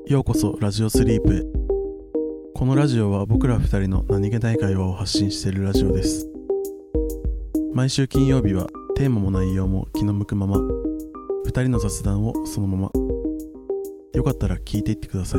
ようこそラジオスリープへ。このラジオは僕ら二人の何気ない会話を発信しているラジオです。毎週金曜日はテーマも内容も気の向くまま、二人の雑談をそのまま。よかったら聞いていってください。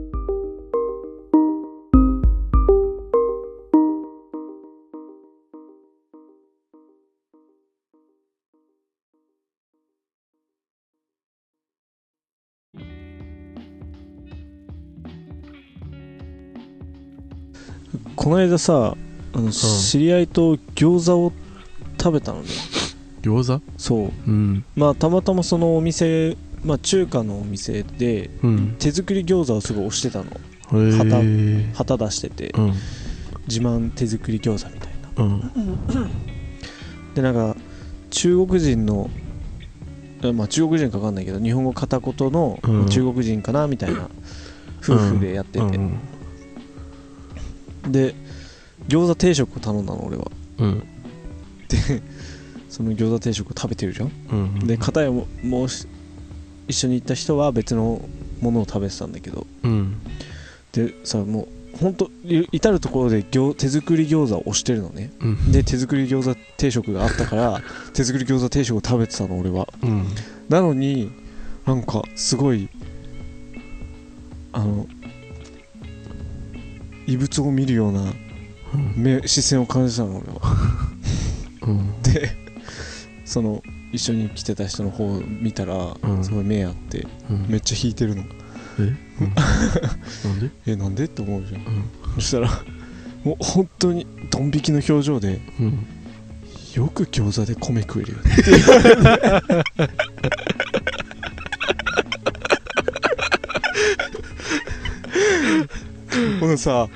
この間さ、知り合いと餃子を食べたのね。 餃子？そう。 まあたまたまそのお店、中華のお店で、手作り餃子をすごい推してたの。旗出してて、自慢手作り餃子みたいな。でなんか中国人の中国人か分かんないけど日本語片言の中国人かなみたいな夫婦でやってて、で餃子定食を頼んだの俺は、でその餃子定食を食べてるじゃん、で片やもう一緒に行った人は別のものを食べてたんだけど、でさもうほんと至る所で手作り餃子を推してるのね、で手作り餃子定食があったから手作り餃子定食を食べてたの俺は、なのになんかすごい異物を見るような視線を感じたの俺は、でその一緒に来てた人の方を見たら、すごい目あって、めっちゃ引いてるの。なんでなんでって思うじゃん、そしたらもう本当にドン引きの表情で、よく餃子で米食えるよねって言われてこのさ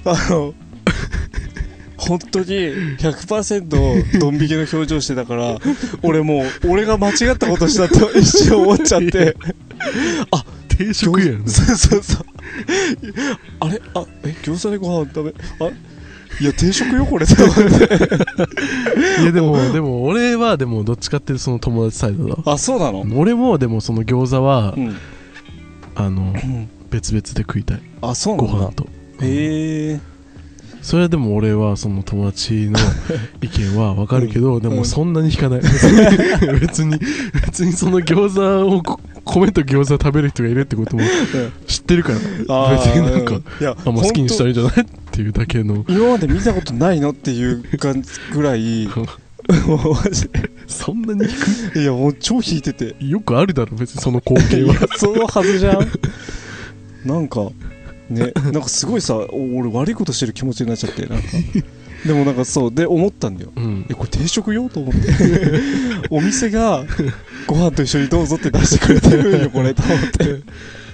本当に 100% ドン引きの表情してたから俺が間違ったことしたと一瞬思っちゃってあ、 定食やんね。 そうあれ餃子でご飯食べいや定食よこれって思っていやでも俺はでもどっちかっていうとその友達サイドだ。 あ、そうなの。 俺もでもその餃子は、別々で食いたい。 あ、そうなんだ。 ご飯と。 へえ。 それはでも俺はその友達の意見は分かるけど、でもそんなに引かない。別にその餃子を米と餃子食べる人がいるってことも知ってるから、別になんか好きにしたらいいんじゃないっていうだけの。 今まで見たことないのっていうぐらいもうマジでそんなに引く？ いやもう超引いてて。 よくあるだろ別にその光景は。 そのはずじゃん。なんかね、なんかすごいさ、俺悪いことしてる気持ちになっちゃって、なんかでもなんかそうで思ったんだよ、これ定食よと思ってお店がご飯と一緒にどうぞって出してくれてるよこれと思っていや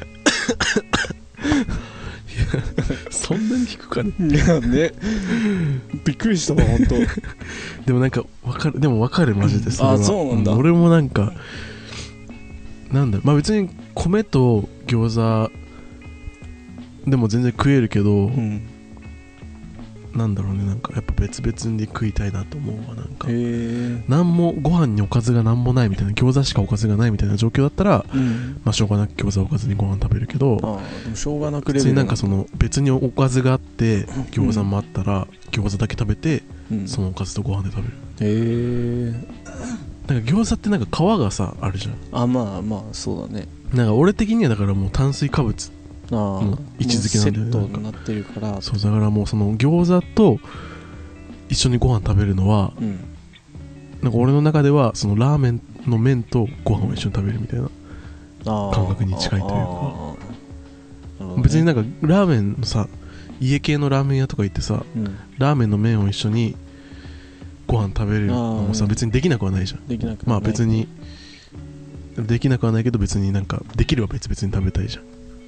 そんなに引くかね。 いやね、びっくりしたわ本当。 でもなんか分かるマジで。それはあ、そうなんだ。 俺もなんかなんだろう、別に米と餃子でも全然食えるけど、なんだろうね、なんかやっぱ別々に食いたいなと思うわ。なんかなんもご飯におかずがなんもないみたいな、餃子しかおかずがないみたいな状況だったら、しょうがなく餃子おかずにご飯食べるけど、 でもしょうがなくレベル別になんかその別におかずがあって餃子もあったら、餃子だけ食べて、そのおかずとご飯で食べる。なんか餃子ってなんか皮がさあるじゃん。 まあそうだね。 なんか俺的にはだからもう炭水化物の位置づけなんだよね。 セットになってるから。 そうだからもうその餃子と一緒にご飯食べるのは、なんか俺の中ではそのラーメンの麺とご飯を一緒に食べるみたいな感覚に近いというか、別になんかラーメンのさ、家系のラーメン屋とか行ってさ、ラーメンの麺を一緒にご飯食べるのもさ、別にできなくはないじゃん。 できなくはない。 別にできなくはないけど、別になんかできれば別々に食べたいじゃん。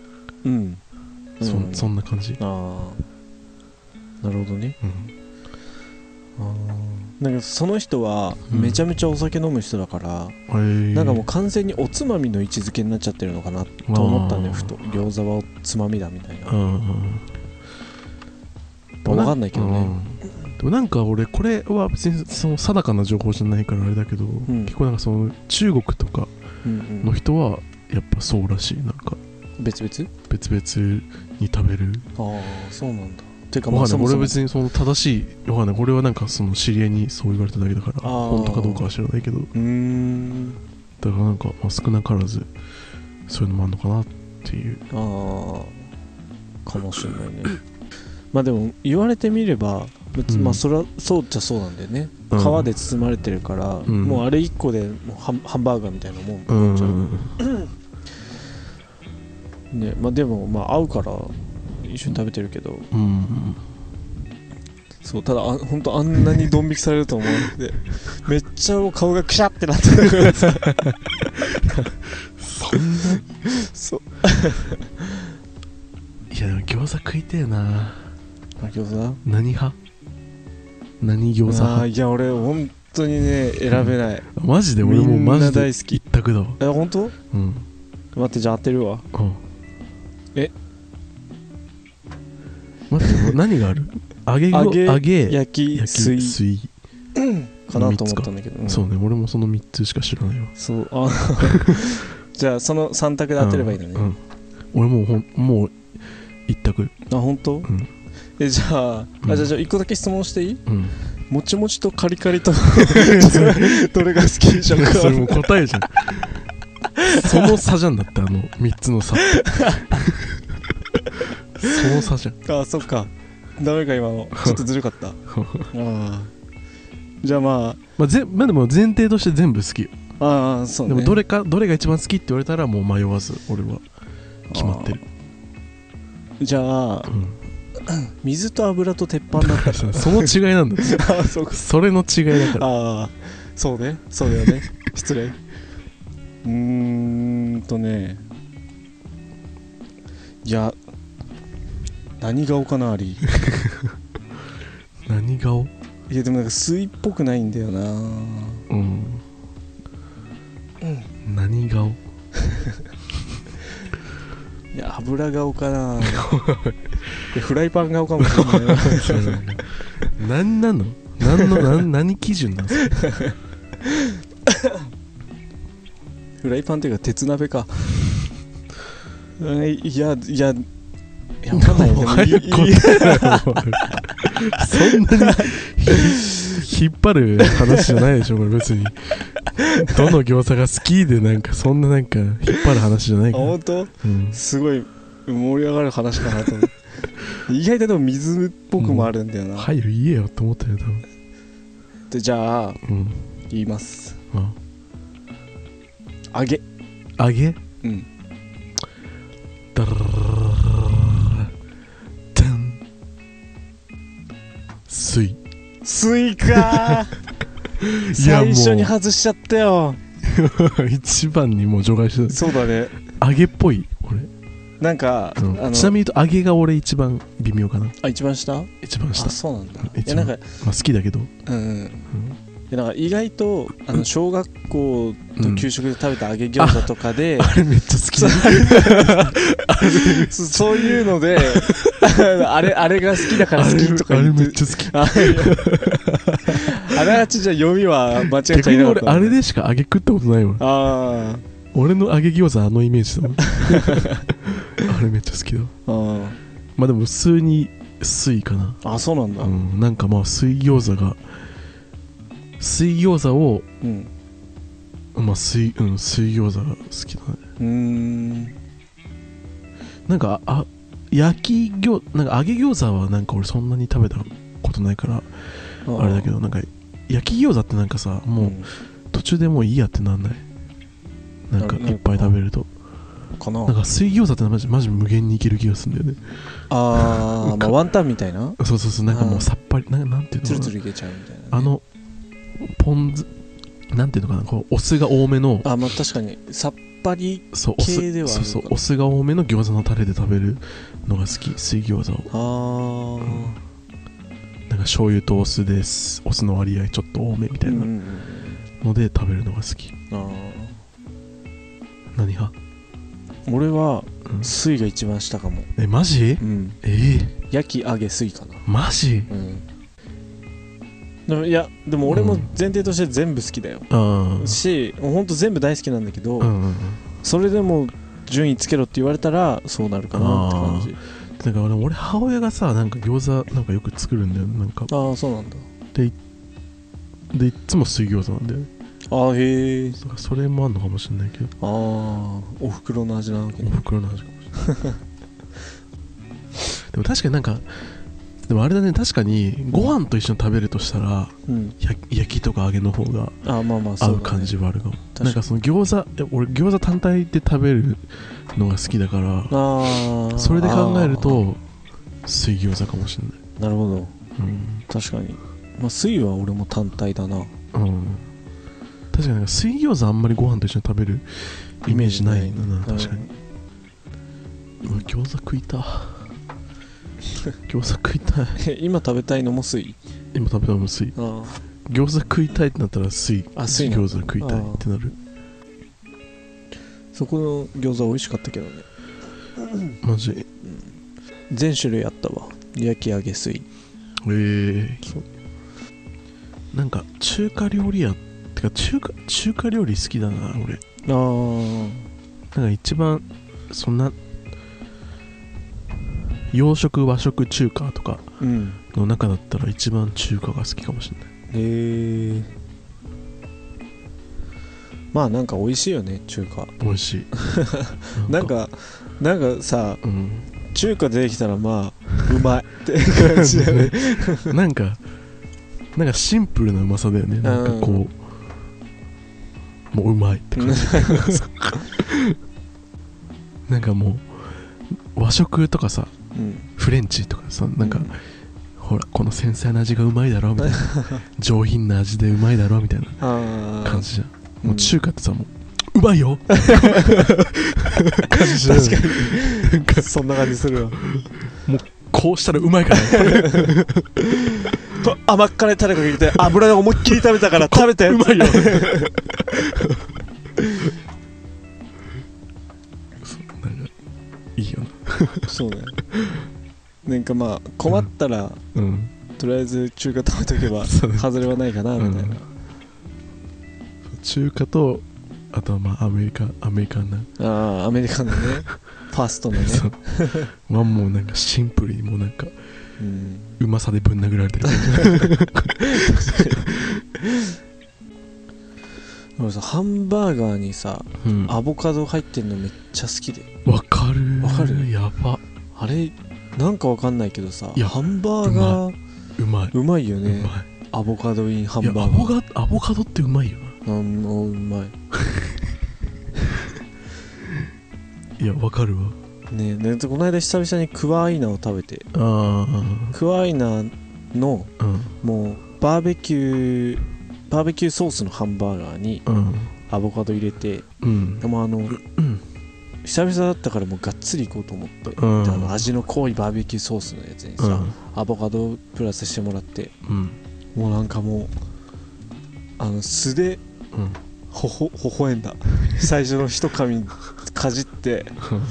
そんな感じ。 なるほどね。なんかその人はめちゃめちゃお酒飲む人だから、なんかもう完全におつまみの位置づけになっちゃってるのかなと思ったんだよ、ふと。餃子はおつまみだみたいな。分かんないけどね。 でもなんか俺これは別にその定かな情報じゃないからあれだけど、結構なんかその中国とかの人はやっぱそうらしい。なんか別々 に食べる。 ああそうなんだ。てかまあ俺別にその正しいわかんない。これはなんかその知り合いにそう言われただけだから本当かどうかは知らないけど、だからなんか、まあ、少なからずそういうのもあるのかなっていう。 ああかもしれないね。まあでも言われてみればまあそれはそうっちゃそうなんだよね、皮で包まれてるから、もうあれ1個でもうハンバーガーみたいなもん、ね。まあでもまあ合うから一緒に食べてるけど、そうただ本当あんなにドン引きされると思わなくてめっちゃ顔がクシャってなってたからさそんなそういやでも餃子食いてえな。 餃子何餃子派。 いや俺本当にね選べない、 マジで俺もマジで大好き一択だわ。 本当？待ってじゃあ当てるわ。 待って何がある？揚げ焼き水かなと思ったんだけど、 そうね俺もその3つしか知らないわ。 そうじゃあその3択で当てればいいのね。 俺もう一択。 本当？じゃあ1個だけ質問していい？もちもちとカリカリとどれが好きじゃんか。 それも答えじゃんその差じゃん。だって3つの差その差じゃん。 そっかダメか今のちょっとずるかったじゃあまあでも前提として全部好きよ。 そうね。 でもどれが一番好きって言われたらもう迷わず俺は決まってる。 じゃあ、水と油と鉄板だったらその違いなんだそうかそれの違いだから。 そうねそうだよね失礼。いや何顔かなあり何顔？ いやでもなんか水っぽくないんだよな。 何顔？ いや油顔かなフライパン顔かもしれない何なの？何基準なんですかフライパンっていうか鉄鍋か。いや分かんないねそんなに引っ張る話じゃないでしょこれ別に。どの餃子が好きでなんかそんななんか引っ張る話じゃないから。 本当？すごい盛り上がる話かなと思って意外とでも水っぽくもあるんだよな。 早く言えよって思ったよ多分。 でじゃあ、言います。揚げダラダン水か最初に外しちゃったよ一番にもう除外してた。 そうだね揚げっぽい俺なんか、 ちなみに言うと揚げが俺一番微妙かな。 一番下そうなんだ。 一番好きだけどなんか意外と小学校の給食で食べた揚げ餃子とかで、 あれめっちゃ好きそういうのであれが好きだから好きとか言って、 あれめっちゃ好きあらがちじゃ読みは間違っちゃいなかった。逆に俺あれでしか揚げ食ったことないわ。俺の揚げ餃子イメージだもんあれめっちゃ好きだ。まあでも普通に水かな。 そうなんだ。 なんかまあ水餃子をまあ水餃子が好きだね。なんか焼き餃なんか揚げ餃子はなんか俺そんなに食べたことないからあれだけど、なんか焼き餃子ってなんかさもう途中でもういいやってなんない？なんかいっぱい食べるとなんか水餃子ってマジ無限にいける気がするんだよね。 まあワンタンみたいな。 そうなんかもうさっぱりなんていうのツルツルいけちゃうみたいな、 ね。ポン酢なんていうのかな、こうお酢が多めのまあ確かにさっぱり系ではあるのかな。 そうお酢が多めの餃子のタレで食べるのが好き、水餃子を。なんか醤油とお酢です、お酢の割合ちょっと多めみたいなので食べるのが好き。何派？俺は水が一番下かも。 マジ？ 焼き揚げ水かな。 マジ？ いやでも俺も前提として全部好きだよ、しほんと全部大好きなんだけど、それでも順位つけろって言われたらそうなるかなって感じ。 だから俺母親がさなんか餃子なんかよく作るんだよなんか。 ああそうなんだ。 でいつも水餃子なんだよね。 ああへえ。 それもあんのかもしれないけど。 ああお袋の味なわけね。 お袋の味かもしれないでも確かになんかでもあれだね確かにご飯と一緒に食べるとしたら、うん、焼きとか揚げの方が合う感じはあるかも。なんかその餃子俺餃子単体で食べるのが好きだからそれで考えると水餃子かもしれない。 なるほど、うん、確かに、まあ、水は俺も単体だな。うん確かになんか水餃子あんまりご飯と一緒に食べるイメージないんだな。確かに、餃子食いた餃子食いたい今食べたいのも水。 今食べたいのも水。餃子食いたいってなったら水餃子食いたいってなる。 そこの餃子美味しかったけどねマジ、うん、 全種類あったわ。焼き揚げ水なんか中華料理屋ってか中華料理好きだな俺。なんか一番そんな洋食和食中華とかの中だったら一番中華が好きかもしれない。 まあなんか美味しいよね中華。 美味しいなんかさ、うん、中華出てきたらまあうまいって感じだねなんかシンプルなうまさだよね。なんかこうもううまいって感じなんかもう和食とかさ、うん、フレンチとかさなんか、うん、ほらこの繊細な味がうまいだろみたいな上品な味でうまいだろみたいな感じじゃん。もう中華ってさもうまいよ感じじゃん。 確かになんかそんな感じするわ。 もうこうしたらうまいから甘っ辛いタレかけて油で思いっきり食べたから食べてうまいよなんかいいよなそうね。なんかまあ困ったら、うん、とりあえず中華食べとけば外れはないかなみたいな、 中華とあとはまあアメリカンなアメリカンのねファストのねはもうなんかシンプルにもうなんか、うまさでぶん殴られてる俺さハンバーガーにさ、アボカド入ってんのめっちゃ好きで。 わかるやば。 あれなんかわかんないけどさハンバーガーうまいよね。アボカドインハンバーガー。 アボカドってうまいよな。 うまいいやわかるわね。この間久々にクワアイナを食べて、クワアイナの、もうバーベキューソースのハンバーガーにアボカド入れて、でも久々だったからもうがっつりいこうと思って、味の濃いバーベキューソースのやつにさ、アボカドプラスしてもらって、もうなんかもう素で微笑んだ最初の一噛みかじって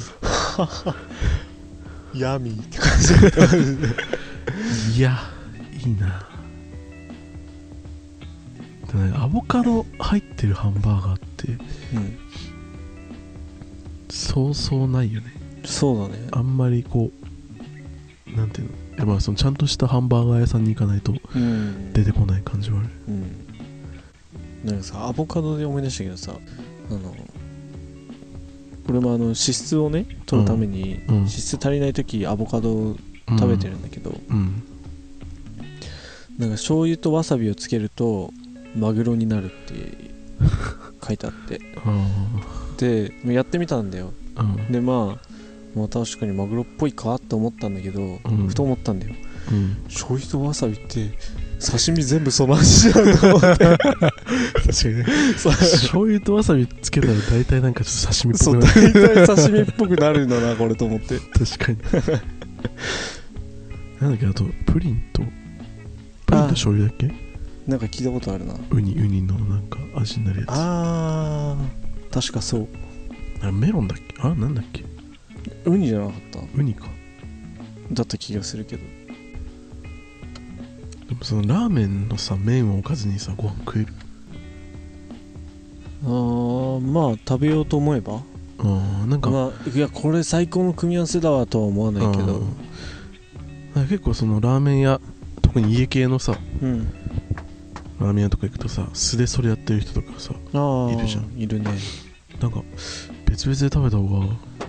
ヤミーって感じいやいいな。アボカド入ってるハンバーガーって、そうそうないよね。 そうだね。 あんまりこうなんていうの、まあそのちゃんとしたハンバーガー屋さんに行かないと出てこない感じはある。 なんかさアボカドで思い出したけどさ、俺も脂質をね取るために、脂質足りない時アボカドを食べてるんだけど、なんか醤油とわさびをつけるとマグロになるって書いてあってでやってみたんだよ。でまあ確かにマグロっぽいかって思ったんだけど、ふと思ったんだよ、醤油とわさびって刺身全部その味だと思って確かにね醤油とわさびつけたら大体なんかちょっと刺身っぽくなる。 そう大体刺身っぽくなるんだなこれと思って。 確かになんだっけ、あとプリンと醤油だっけ。 なんか聞いたことあるな。 ウニのなんか味になるやつ。 確かそう。 メロンだっけ。なんだっけ。 ウニじゃなかった。 ウニかだった気がするけど。 でもそのラーメンのさ麺をおかずにさご飯食える。 まあ食べようと思えばなんか、 まあ、いやこれ最高の組み合わせだわとは思わないけど、 結構そのラーメン屋、特に家系のさ、ラーメン屋とか行くとさ、素でそれやってる人とかさいるじゃん。 いるね。 なんか別々で食べた方が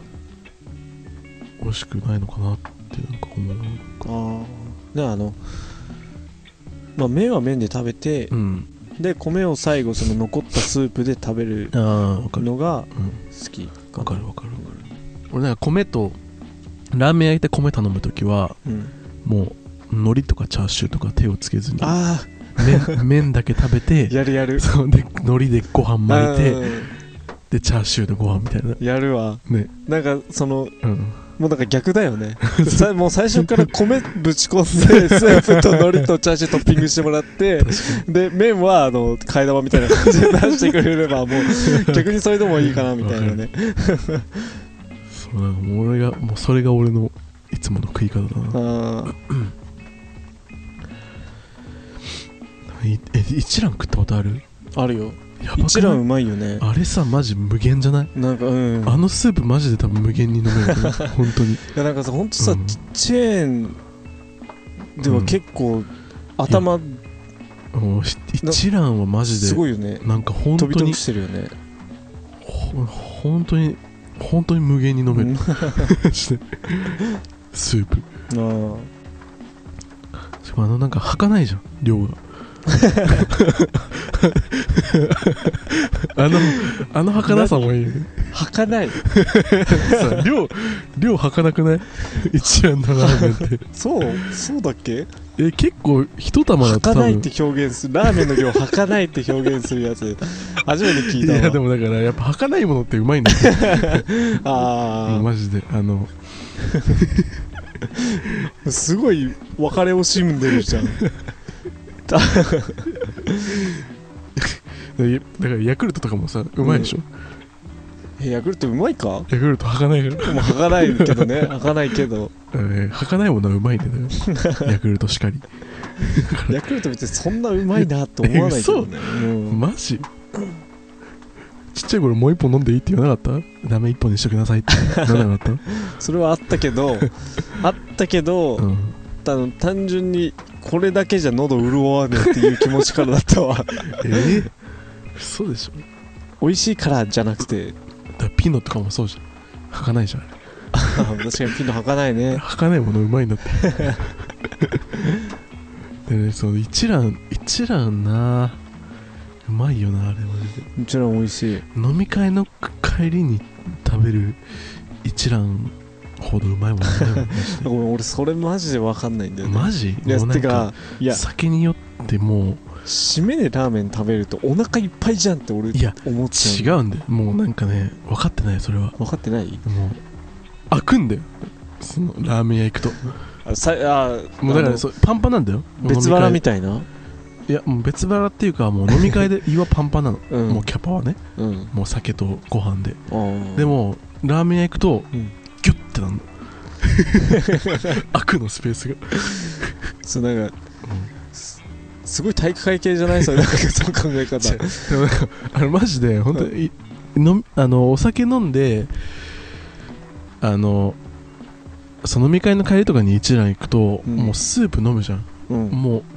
美味しくないのかなってなんか思う。 でまあ、麺は麺で食べて、で米を最後その残ったスープで食べるのが好き。 わかる。俺なんか米とラーメン焼いて米頼むときは、もう海苔とかチャーシューとか手をつけずに麺だけ食べてやるそうで海苔でご飯巻いてでチャーシューでご飯みたいなやるわ、ね、なんかその、もうなんか逆だよねもう最初から米ぶち込んでスープと海苔とチャーシュートッピングしてもらってで麺は替え玉みたいな感じで出してくれればもう逆にそれでもいいかなみたいなねそうなんかもうそれが俺のいつもの食い方だな。一蘭食ったことある？ あるよ。一蘭うまいよね。 あれさマジ無限じゃない？なんかあのスープマジで多分無限に飲める本当に。いやなんかさ本当さ、チェーンでは結構頭一蘭はマジですごいよね。 なんか本当に飛び飛びしてるよね。 本当に無限に飲めるスープ。しかもなんか儚ないじゃん量があの儚さもいいね。 儚い量儚くない？一蘭のラーメンってそうだっけ？ 結構一玉だった儚いって表現するラーメンの量儚いって表現するやつ初めて聞いたわ。 いやでもだからやっぱ儚いものってうまいんだよマジですごい別れ惜しんでるじゃんだからヤクルトとかもさうまいでしょ、 ヤクルトうまいか？ ヤクルト儚いからもう儚いけどね儚いけど儚いものはうまいんだよヤクルトしかりヤクルト別にそんなうまいなと思わないけどねマジちっちゃい頃もう一本飲んでいいって言わなかった？ダメ一本にしときなさいって言わなかったそれはあったけど単純にこれだけじゃ喉潤わねえっていう気持ちからだったわそうでしょ。 美味しいからじゃなくてピノとかもそうじゃん。儚いじゃん確かにピノ儚いね。 儚いものうまいんだってでね、その一蘭なうまいよなあれマジで。 一蘭美味しい。 飲み会の帰りに食べる一蘭ほどうまいもんね俺それマジで分かんないんだよね。 マジ？ いやてか酒によってもう締めでラーメン食べるとお腹いっぱいじゃんって俺思っちゃう。違うんだよ。もうなんかね分かってない。それは分かってない。 もう開くんだよそのラーメン屋行くともうだからパンパンなんだよ。 別腹みたいな。 いやもう別腹っていうかもう飲み会で胃はパンパンなの、もうキャパはね、もう酒とご飯で。でもラーメン屋行くと、ギュッてなんの開くのスペースがそうなんか、すごい体育会系じゃない？それなんかその考え方でもなんかマジで本当に、お酒飲んでその飲み会の帰りとかに一蘭行くと、もうスープ飲むじゃん、もう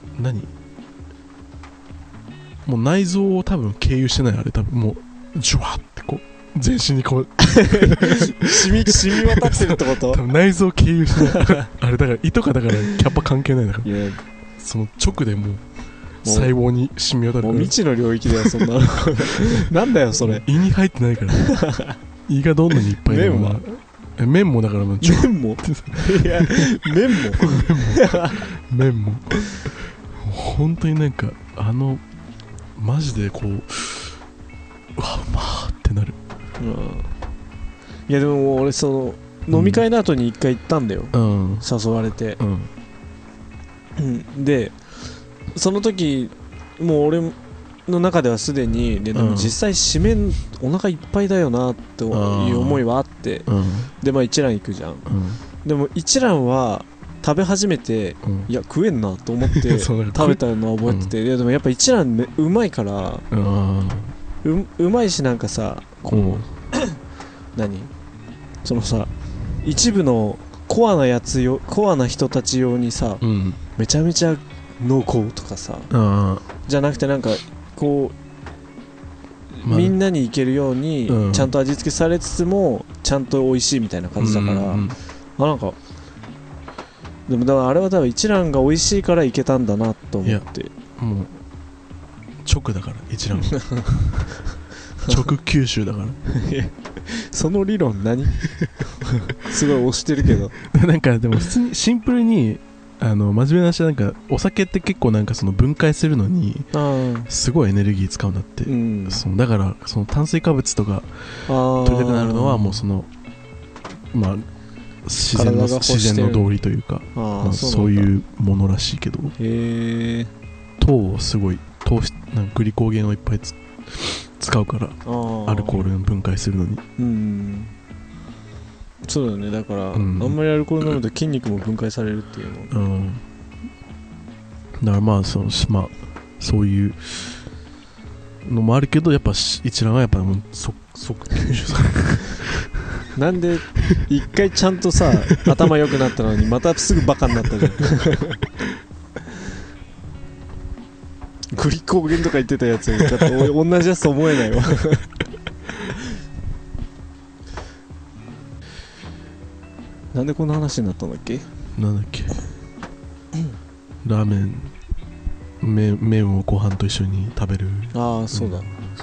もう内臓を多分経由してない。あれ多分もうジュワーってこう全身にこう染み渡ってるってこと？ 多分内臓経由してないあれだから胃とかだからキャッパ関係ないだから。その直でもう細胞に染み渡るから。 もう未知の領域だよそんなのなんだよそれ。 胃に入ってないから胃がどんなにいっぱいだよ。麺もだからもう麺もいや麺も本当になんかマジでこううわうまーってなる。 いやでも俺その飲み会の後に一回行ったんだよ、誘われて、でその時もう俺の中ではすでに、でも実際締めお腹いっぱいだよなっていう思いはあって、でまあ一蘭行くじゃん、でも一蘭は食べ始めて、いや食えんなと思って食べたのは覚えてて、でもやっぱ一蘭うまいから、うまいしなんかさこう、 何そのさ一部のコアな人たち用にさ、めちゃめちゃ濃厚とかさじゃなくてなんかこう、みんなにいけるようにちゃんと味付けされつつもちゃんと美味しいみたいな感じだから、なんかでもだからあれは多分一蘭が美味しいからいけたんだなと思って。 もう直だから一蘭直九州だからその理論何すごい推してるけどなんかでも普通にシンプルに真面目な話はなんかお酒って結構なんかその分解するのにすごいエネルギー使うんだって、だからその炭水化物とか取りたくなるのはもうそのまあ自然の道理というかそういうものらしいけど、糖をすごいなんかグリコーゲンをいっぱい使うからアルコールを分解するのに、 そうだよね。だから、あんまりアルコール飲むと筋肉も分解されるっていうの、 だからまあそういうのもあるけどやっぱ一蘭はやっぱ即吸収されるなんで一回ちゃんとさ頭良くなったのにまたすぐバカになったじゃんグリコーゲンとか言ってたやつだって同じやつと思えないわなんでこんな話になったんだっけ。 なんだっけラーメン麺をご飯と一緒に食べる。 ああそうだ、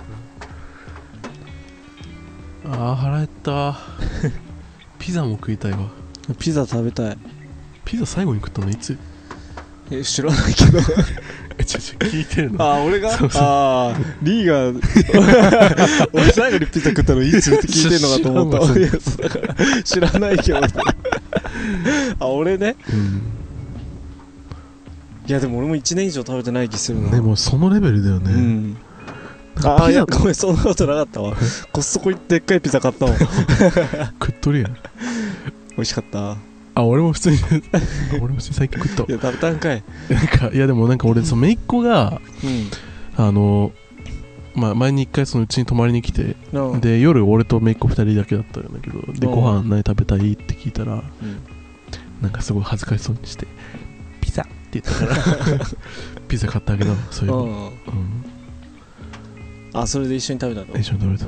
腹減ったピザも食いたいわ。 ピザ食べたい。 ピザ最後に食ったのいつ？ 知らないけど聞いてるの？ 俺がリーが俺最後にピザ食ったのいつって聞いてるのかと思った。いやだから知らないけど俺ね、いやでも俺も1年以上食べてない気するな。 でもそのレベルだよね、 いやごめんそんなことなかったわコストコ行ってでっかいピザ買ったもん食っとるやん。 美味しかった。 俺も普通に最近食った。 いや食べたんかい。 いやでもなんか俺その姪っ子が、前に一回そのうちに泊まりに来て、で夜俺と姪っ子2人だけだったんだけど、でご飯何食べたいって聞いたら、なんかすごい恥ずかしそうにしてピザって言ったからピザ買ってあげたの。そういうの、 それで一緒に食べたの。 一緒に食べた。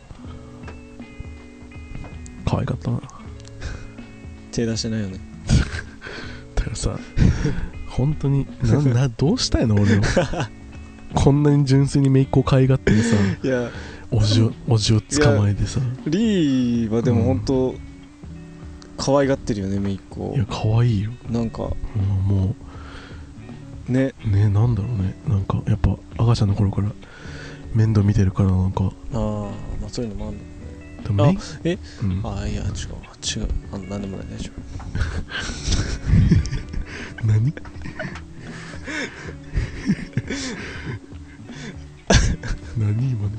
可愛かったな。 手出してないよねだからさ本当にどうしたいの俺はこんなに純粋に姪っ子を可愛がってさ、いやおじを捕まえてさ。 リーはでも本当、可愛がってるよね姪っ子。 いや可愛いよ。 なんか、 もうねなんだろうね、なんかやっぱ赤ちゃんの頃から面倒見てるからなんかまあそういうのもあるんだ。いや違うなんでもない大丈夫何何今ね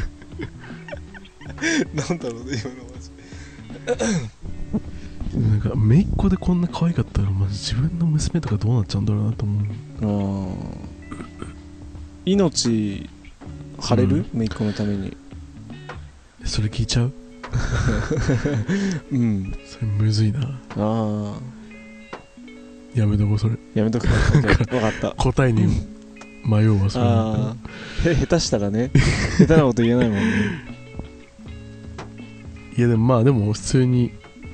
なんだろうね今のマジなんか姪っ子でこんな可愛かったらマジ自分の娘とかどうなっちゃうんだろうなと思う。 命張れる、姪っ子のために。 それ聞いちゃうそれむずいな。やめとこう。それやめとく分かった答えに迷うわ。それ下手したらね下手なこと言えないもんねいやでもでも普通に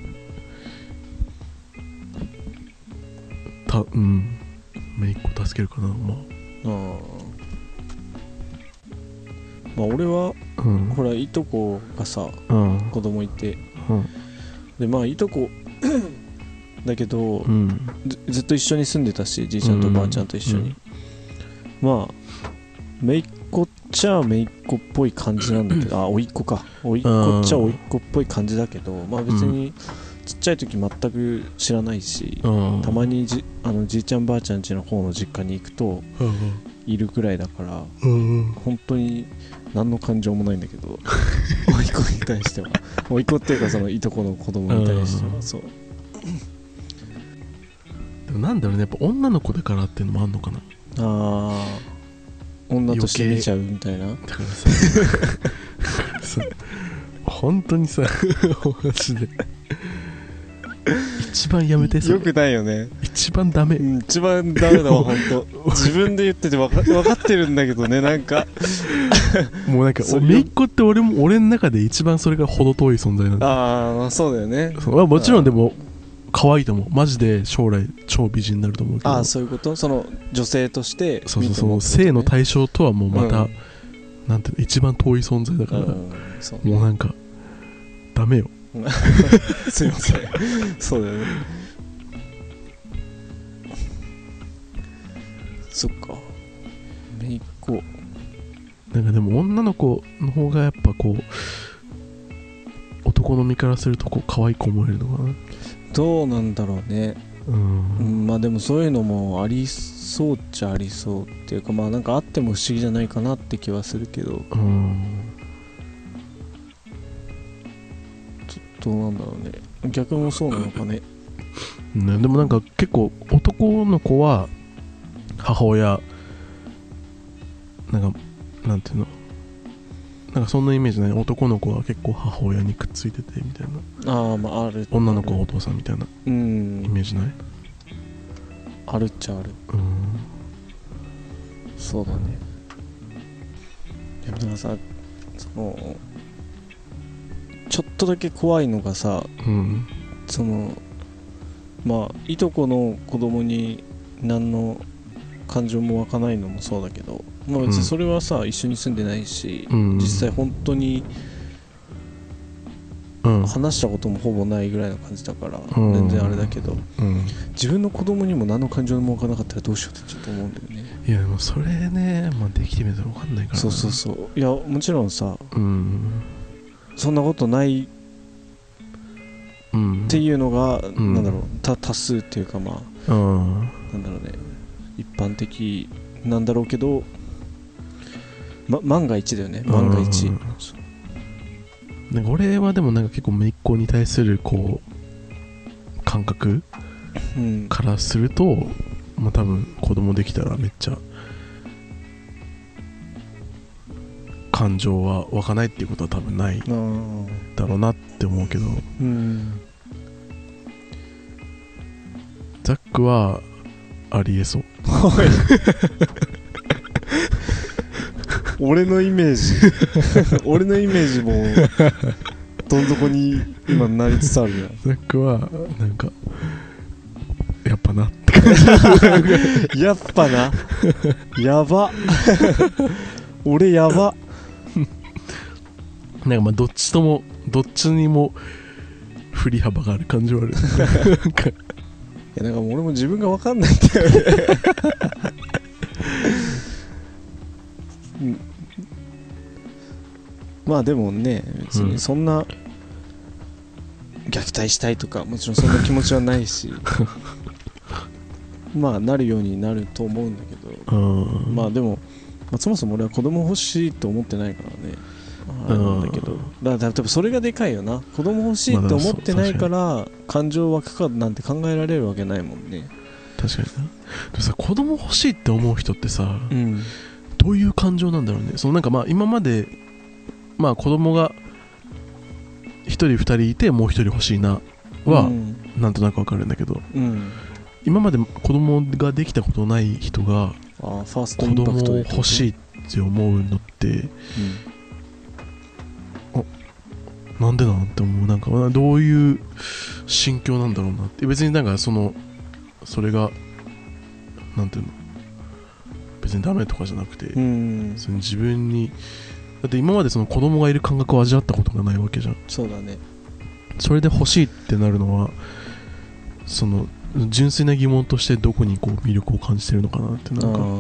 姪っ子助けるかな。俺は、ほらいとこがさ、子供いて、でいとこだけど、ずっと一緒に住んでたし、じいちゃんとばあちゃんと一緒に、姪っ子っちゃ姪っ子っぽい感じなんだけど甥っ子か甥っ子っちゃ甥っ子っぽい感じだけど、別にちっちゃい時全く知らないし、たまにじいちゃんばあちゃん家の方の実家に行くといるくらいだから、本当に何の感情もないんだけど甥っ子に対しては甥っ子っていうかそのいとこの子供に対してはそう。 でもなんだろうね、やっぱ女の子だからっていうのもあんのかな。 女として見ちゃうみたいな。 だからさ本当にさマジで一番やめて。 よくないよね。 一番ダメ、 一番ダメだわ本当。自分で言ってて分かってるんだけどね、なんかもうなんか姪っ子って俺の中で一番それが程遠い存在なんだ。 ああそうだよね。 もちろんでも可愛いと思う。マジで将来超美人になると思うけど。 ああそういうこと。その女性としてそうそうそう、性の対象とはもうまた、なんていうの、一番遠い存在だから、もうなんかダメよすいませんそうだよね。そっか、姪っ子なんかでも女の子の方がやっぱこう男の身からするとこう可愛く思えるのかな。 どうなんだろうね。まあでもそういうのもありそうっちゃありそうっていうか、まあなんかあっても不思議じゃないかなって気はするけど、どうなんだろうね。逆もそうなのかね。 ね、でもなんか結構男の子は母親なんかなんていうの、なんかそんなイメージない。男の子は結構母親にくっついててみたいな。 ああまあある。 女の子はお父さんみたいなイメージない？ あるっちゃある。そうだね。でもなんかさ、そのちょっとだけ怖いのがさ、そのまあいとこの子供に何の感情も湧かないのもそうだけど、まあ別にそれはさ、一緒に住んでないし、実際本当に話したこともほぼないぐらいの感じだから、全然あれだけど、自分の子供にも何の感情も湧かなかったらどうしようってちょっと思うんだよね。 いやでもそれね、まあ、できてみたら分かんないから、ね、 そういやもちろんさ、そんなことないっていうのが、なんだろう、多数っていうか、まあ、なんだろうね、一般的なんだろうけど、万が一だよね、万が一。 なんか俺はでもなんか結構姪っ子に対するこう感覚からすると、まあ多分子供できたらめっちゃ感情は湧かないっていうことは多分ないだろうなって思うけど、ザックはありえそう俺のイメージもどん底に今なりつつあるやん。 ザックはなんかやっぱなって感じやっぱなやば俺やばなんかまあどっちにも振り幅がある感じはあるいやなんか俺も自分が分かんないんだよねまあでもね、別にそんな虐待したいとかもちろんそんな気持ちはないしまあなるようになると思うんだけど、まあでも、そもそも俺は子供欲しいと思ってないからね、あれなんだけど、だから多分それがでかいよな。子供欲しいって思ってないから感情湧くかなんて考えられるわけないもんね。 確かにな。でもさ、子供欲しいって思う人ってさ、どういう感情なんだろうね。そのなんかまあ今までまあ子供が1人2人いてもう1人欲しいなはなんとなくわかるんだけど、今まで子供ができたことない人が子供を欲しいって思うのって、なんでなんて思う。なんかどういう心境なんだろうなって。別になんかそれがなんていうの、別にダメとかじゃなくて、その自分にだって今までその子供がいる感覚を味わったことがないわけじゃん。 そうだね。それで欲しいってなるのはその純粋な疑問としてどこにこう魅力を感じてるのかなって。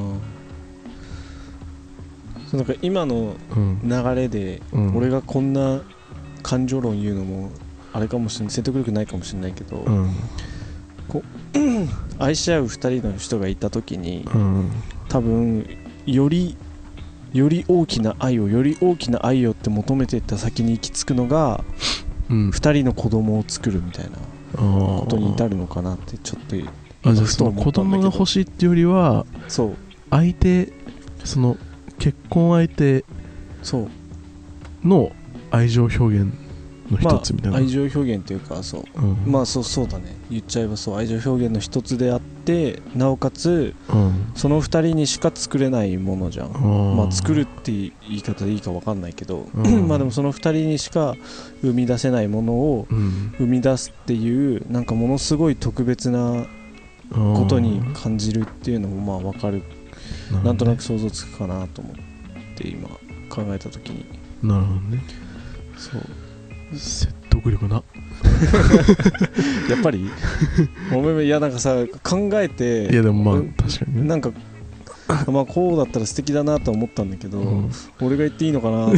なんか今の流れで俺がこんな感情論言うのもあれかもしれない、説得力ないかもしれないけど、こう愛し合う2人の人がいた時に、多分より大きな愛をって求めていった先に行き着くのが、2人の子供を作るみたいなことに至るのかなってちょっとじゃあその子供が欲しいっていうよりは、相手、その結婚相手の愛情表現の一つみたいな、 愛情表現というかそう、まあそうだね、言っちゃえばそう愛情表現の一つであって、なおかつ、その二人にしか作れないものじゃん。まあ作るって言い方でいいか分かんないけど、まあでもその二人にしか生み出せないものを生み出すっていう、なんかものすごい特別なことに感じるっていうのもまあ分かる、なんとなく想像つくかなと思って今考えた時に。 なるほどね。 そう説得力なやっぱりおめめ、いやなんかさ考えて、 いやでもまあ確かにね、 なんかまあこうだったら素敵だなと思ったんだけど、俺が言っていいのかなと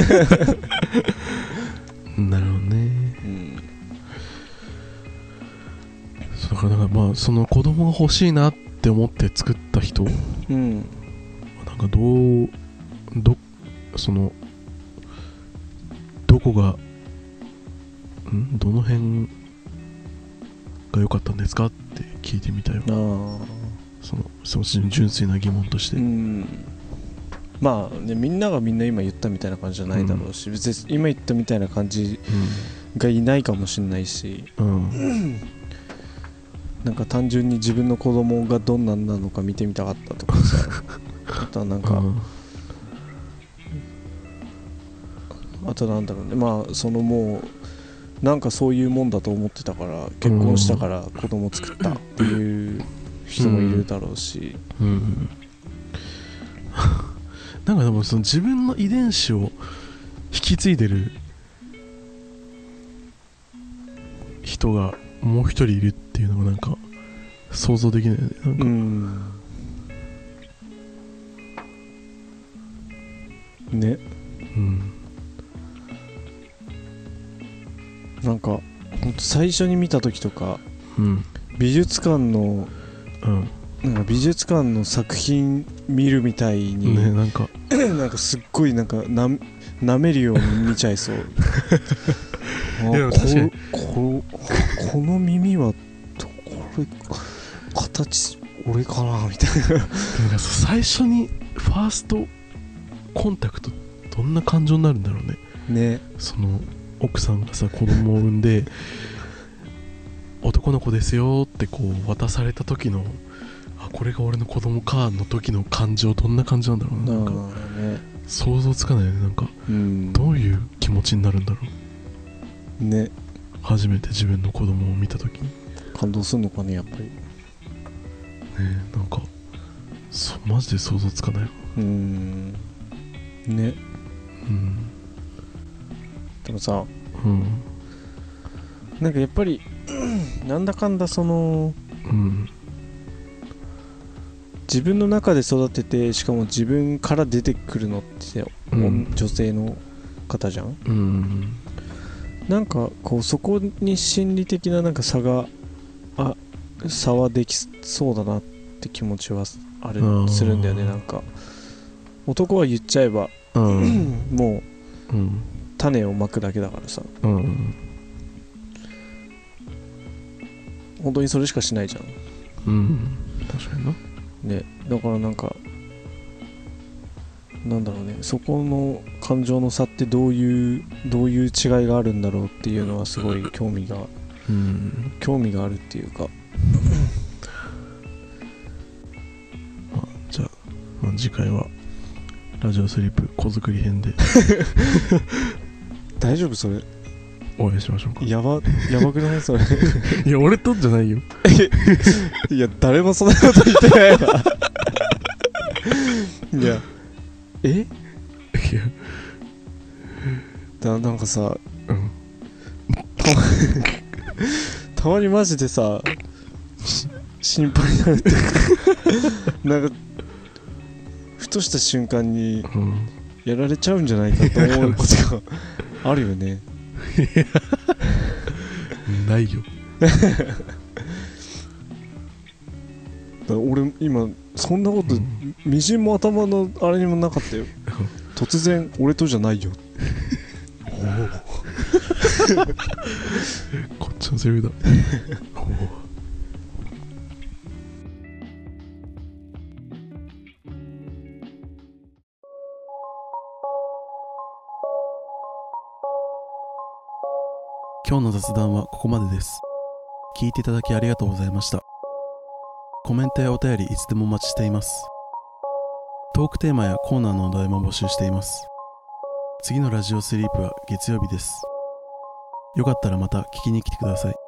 なるほどね、だからまあその子供が欲しいなって思って作った人、なんかそのどこがどの辺が良かったんですかって聞いてみたよ。その純粋な疑問として。 まあね、みんながみんな今言ったみたいな感じじゃないだろうし、別に今言ったみたいな感じがいないかもしれないし、なんか単純に自分の子供がどんなんなのか見てみたかったとかさあとはなんか、あとなんだろうね、まあそのもうなんかそういうもんだと思ってたから結婚したから子供作ったっていう人もいるだろうし、 なんかでもその自分の遺伝子を引き継いでる人がもう一人いるっていうのがなんか想像できないよね。なんかね、なんかほんと最初に見た時とか、美術館の、なんか美術館の作品見るみたいに、 ね、なんかなんかすっごいなんか舐めるように見ちゃいそうこの耳はこれ形俺かなみたいななんか最初にファーストコンタクトどんな感情になるんだろうね。その奥さんがさ子供を産んで男の子ですよってこう渡された時のこれが俺の子供かの時の感情どんな感じなんだろう。なんか想像つかないよね。なんかどういう気持ちになるんだろうね。初めて自分の子供を見た時に感動するのかね、やっぱりね。 なんかマジで想像つかないわ。 ね。でもさ、なんかやっぱりなんだかんだその、自分の中で育てて、しかも自分から出てくるのって、女性の方じゃん、なんかこうそこに心理的ななんか差はできそうだなって気持ちはするんだよね。なんか男は言っちゃえば、もう、種をまくだけだからさ、本当にそれしかしないじゃん。 確かにな。 ね、だからなんかなんだろうね、そこの感情の差ってどういう違いがあるんだろうっていうのはすごい興味があるっていうかじゃあ、次回はラジオスリープ子作り編で大丈夫それ？ お会いしましょうか。 やばくないそれいや俺とじゃないよいや誰もそんなこと言ってないわいやなんかさ、たまにマジでさ心配になるっていうかなんかふとした瞬間にやられちゃうんじゃないかと思うことがあるよねないよ俺今そんなことみじんも頭のあれにもなかったよ突然俺とじゃないよこっちのセリフだ今日の雑談はここまでです。聞いていただきありがとうございました。コメントやお便りいつでもお待ちしています。トークテーマやコーナーのお題も募集しています。次のラジオスリープは月曜日です。よかったらまた聞きに来てください。